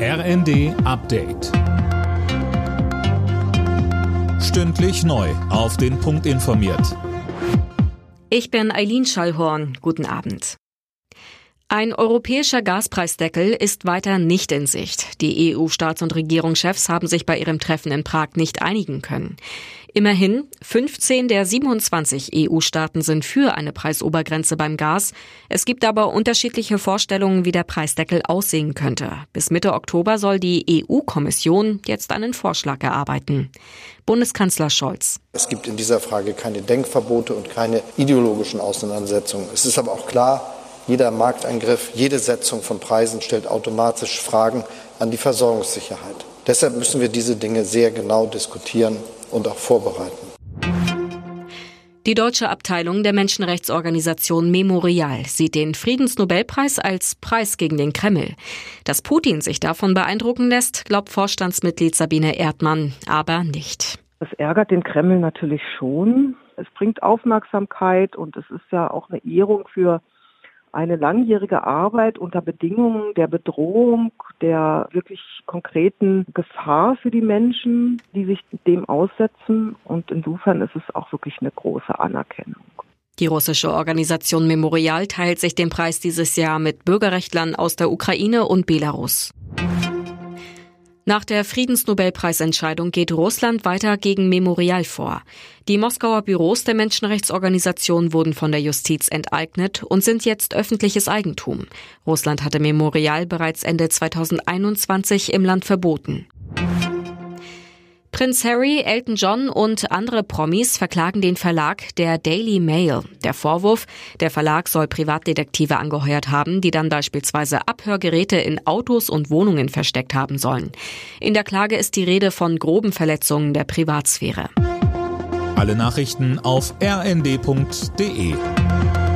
RND Update. Stündlich neu auf den Punkt informiert. Ich bin Eileen Schallhorn. Guten Abend. Ein europäischer Gaspreisdeckel ist weiter nicht in Sicht. Die EU-Staats- und Regierungschefs haben sich bei ihrem Treffen in Prag nicht einigen können. Immerhin, 15 der 27 EU-Staaten sind für eine Preisobergrenze beim Gas. Es gibt aber unterschiedliche Vorstellungen, wie der Preisdeckel aussehen könnte. Bis Mitte Oktober soll die EU-Kommission jetzt einen Vorschlag erarbeiten. Bundeskanzler Scholz. Es gibt in dieser Frage keine Denkverbote und keine ideologischen Auseinandersetzungen. Es ist aber auch klar, jeder Markteingriff, jede Setzung von Preisen stellt automatisch Fragen an die Versorgungssicherheit. Deshalb müssen wir diese Dinge sehr genau diskutieren und auch vorbereiten. Die deutsche Abteilung der Menschenrechtsorganisation Memorial sieht den Friedensnobelpreis als Preis gegen den Kreml. Dass Putin sich davon beeindrucken lässt, glaubt Vorstandsmitglied Sabine Erdmann, aber nicht. Das ärgert den Kreml natürlich schon. Es bringt Aufmerksamkeit und es ist ja auch eine Ehrung für eine langjährige Arbeit unter Bedingungen der Bedrohung, der wirklich konkreten Gefahr für die Menschen, die sich dem aussetzen. Und insofern ist es auch wirklich eine große Anerkennung. Die russische Organisation Memorial teilt sich den Preis dieses Jahr mit Bürgerrechtlern aus der Ukraine und Belarus. Nach der Friedensnobelpreisentscheidung geht Russland weiter gegen Memorial vor. Die Moskauer Büros der Menschenrechtsorganisation wurden von der Justiz enteignet und sind jetzt öffentliches Eigentum. Russland hatte Memorial bereits Ende 2021 im Land verboten. Prinz Harry, Elton John und andere Promis verklagen den Verlag der Daily Mail. Der Vorwurf, der Verlag soll Privatdetektive angeheuert haben, die dann beispielsweise Abhörgeräte in Autos und Wohnungen versteckt haben sollen. In der Klage ist die Rede von groben Verletzungen der Privatsphäre. Alle Nachrichten auf rnd.de.